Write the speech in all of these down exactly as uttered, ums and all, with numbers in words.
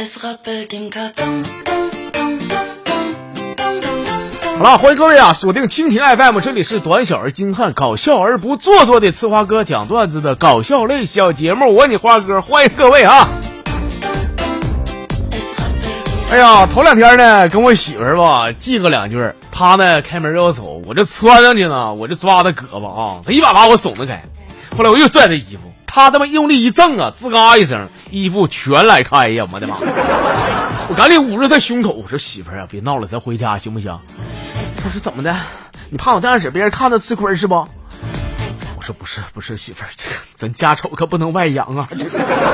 好了，欢迎各位啊，锁定蜻蜓 F M， 这里是短小而精悍、搞笑而不做作的呲花哥讲段子的搞笑类小节目，我你花哥，欢迎各位啊！哎呀，头两天呢，跟我媳妇儿吧记个两句，她呢开门要走，我这窜上去呢，我就抓她胳膊啊，她一把把我耸得开，后来我又拽她衣服，她这么用力一挣啊，吱嘎一声，衣服全来开呀，我的妈！我赶紧捂着她胸口，我说媳妇儿啊，别闹了，咱回家行不行？他说怎么的？你怕我这样式别人看着吃亏是不？我说不是不是媳妇儿，这个咱家丑可不能外扬啊。这个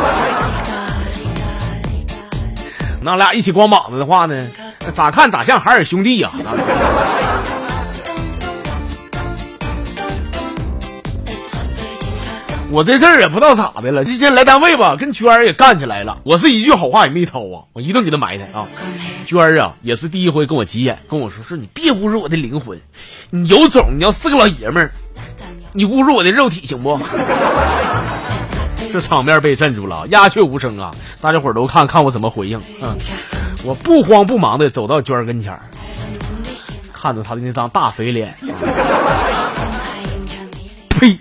那俩一起光膀子的话呢，咋看咋像海尔兄弟呀、啊。我这阵儿也不知道咋的了，之前来单位吧，跟娟儿也干起来了，我是一句好话也没掏啊，我一顿给他埋汰啊。娟儿啊，也是第一回跟我急眼，跟我说说你别侮辱我的灵魂，你有种，你要是个老爷们儿，你侮辱我的肉体行不？这场面被镇住了，鸦雀无声啊！大家伙儿都看看我怎么回应。嗯，我不慌不忙的走到娟儿跟前儿，看着她的那张大肥脸，呸！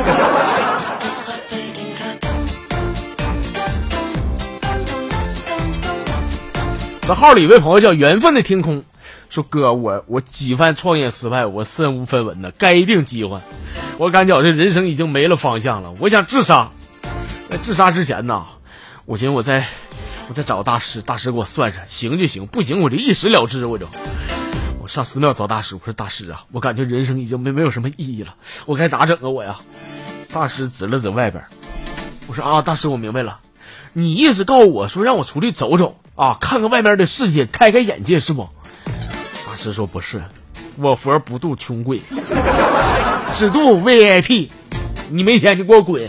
这号里一位朋友叫缘分的天空，说哥，我我几番创业失败，我身无分文的，该定计划。我感觉我这人生已经没了方向了，我想自杀。在自杀之前呢，我寻思我再我再找大师，大师给我算算，行就行，不行我就一死了之。我就我上寺庙找大师，我说大师啊，我感觉人生已经没没有什么意义了，我该咋整啊我呀？大师指了指外边，我说啊，大师我明白了，你意思告诉我说让我出去走走啊，看看外面的世界，开开眼界是不？大师说不是，我佛不渡穷鬼，只渡 V I P， 你没钱就给我滚。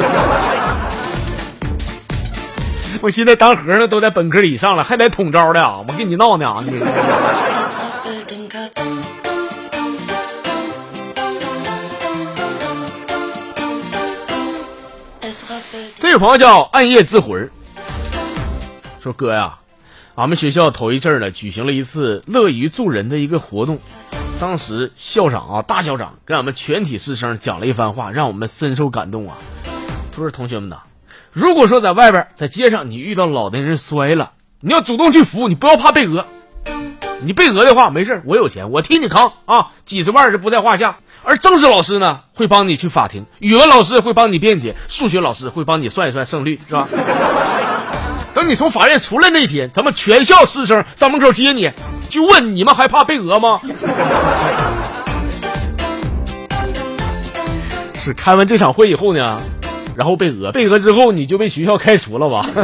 我现在当和尚都在本科以上了，还得统招的啊！我跟你闹呢，你。这位朋友叫暗夜之魂，说哥呀，俺们学校头一阵呢举行了一次乐于助人的一个活动，当时校长啊大校长跟俺们全体师生讲了一番话，让我们深受感动啊。他说同学们呐，如果说在外边在街上你遇到老年人摔了，你要主动去扶，你不要怕被讹。你被讹的话没事，我有钱，我替你扛啊，几十万是不在话下。而政治老师呢会帮你去法庭，语文老师会帮你辩解，数学老师会帮你算一算胜率，是吧？等你从法院出来那天，咱们全校师生上门口接你，就问你们还怕被讹吗？是开完这场会以后呢，然后被讹，被讹之后你就被学校开除了吧？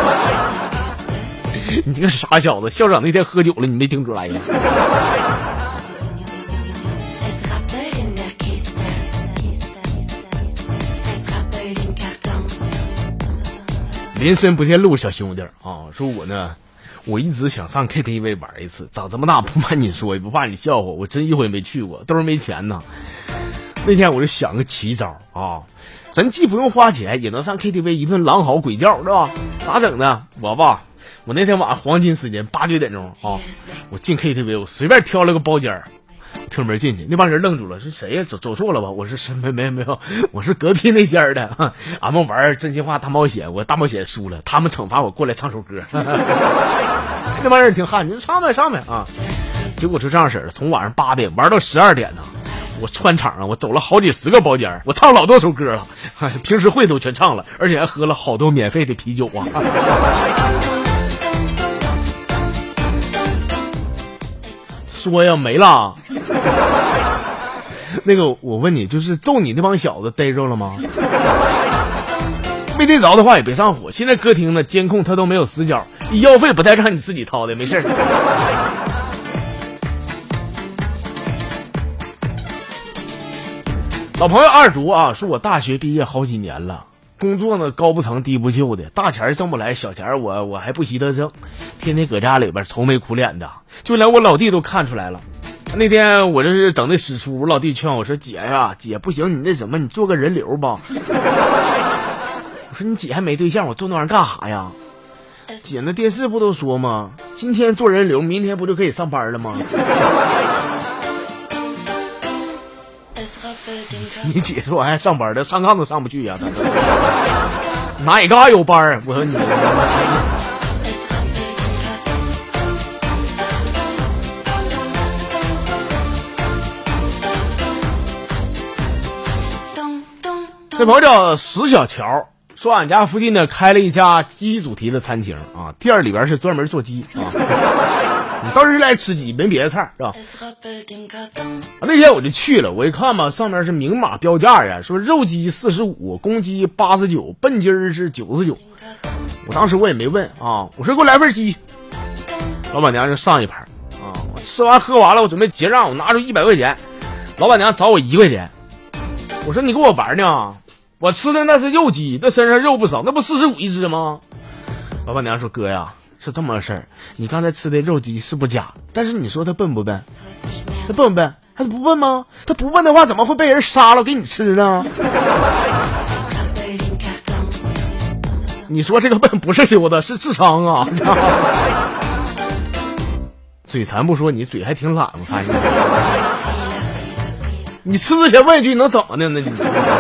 你这个傻小子，校长那天喝酒了，你没听出来呀？林深不见路小兄弟啊，说我呢，我一直想上 K T V 玩一次，长这么大不瞒你说，也不怕你笑话，我真一回没去过，都是没钱呢。那天我就想个奇招啊，咱既不用花钱，也能上 K T V 一顿狼嚎鬼叫，是吧？咋整呢？我吧，我那天晚上黄金时间八九点钟啊，我进 K T V， 我随便挑了个包间，推门进去，那帮人愣住了，是谁呀？走走错了吧？我说是没没没有，我是隔壁那间的。俺们玩真心话大冒险，我大冒险输了，他们惩罚我过来唱首歌。那帮人挺悍，你说上呗上呗啊！结果就这样式儿，从晚上八点玩到十二点呢。我穿场啊，我走了好几十个包间，我唱老多首歌了，平时会都全唱了，而且还喝了好多免费的啤酒啊。说呀没了。那个我问你，就是揍你那帮小子逮着了吗？没逮着的话也别上火，现在歌厅呢监控他都没有死角，医药费不带让你自己掏的，没事。老朋友二竹啊，说我大学毕业好几年了，工作呢高不成低不就的，大钱挣不来，小钱我我还不惜得挣，天天搁家里边愁眉苦脸的，就连我老弟都看出来了。那天我这是整的使出，我老弟劝我说，姐呀姐不行，你那什么你做个人流吧。我说你姐还没对象，我做那玩意儿干啥呀？ 姐，那电视不都说吗？今天做人流，明天不就可以上班了吗？你姐说还上班的，上炕都上不去呀、啊！哪嘎有班？我说你。这朋友叫石小乔，说俺家附近呢开了一家鸡主题的餐厅啊，店里边是专门做鸡啊。你到这来吃鸡，没别的菜是吧？啊，那天我就去了，我一看吧，上面是明码标价呀，说肉鸡四十五，公鸡八十九，笨鸡儿是九十九。我当时我也没问啊，我说给我来份鸡。老板娘就上一盘啊，我吃完喝完了，我准备结账，我拿出一百块钱，老板娘找我一块钱。我说你跟我玩呢？我吃的那是肉鸡，这身上肉不少，那不四十五一只吗？老板娘说哥呀，是这么个事儿，你刚才吃的肉鸡是不假，但是你说他笨不笨？他笨不笨？他不笨吗？他不笨的话，怎么会被人杀了给你吃呢？你说这个笨不是溜达，是智商啊！嘴馋不说，你嘴还挺懒，我发现。你吃之前问一句能怎么的呢？你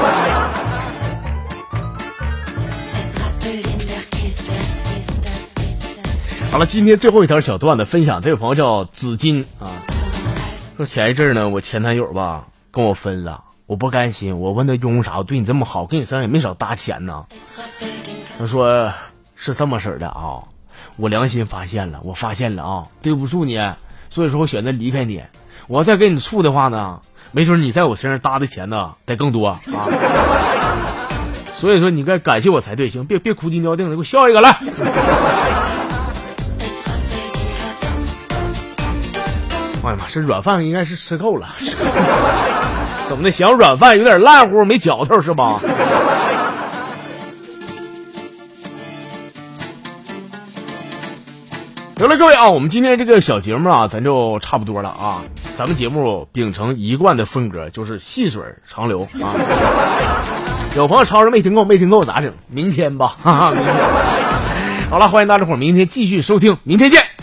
好了，今天最后一条小段子分享，这位朋友叫紫金啊，说前一阵呢，我前男友吧跟我分了，我不甘心，我问他用啥，我对你这么好，跟你身上也没少搭钱呢。他说是这么式的啊，我良心发现了，我发现了啊，对不住你，所以说我选择离开你。我要再跟你处的话呢，没准你在我身上搭的钱呢得更多啊。所以说你该感谢我才对，行，别别哭鸡尿腚的，给我笑一个来。哎呀妈，这软饭应该是吃够了，怎么的？想软饭有点烂乎，没嚼头是吧？得了，各位啊，我们今天这个小节目啊，咱就差不多了啊。咱们节目秉承一贯的风格，就是细水长流啊。有朋友吵着没听够，没听够咋整？明天吧，哈哈，明天。好了，欢迎大家伙儿明天继续收听，明天见。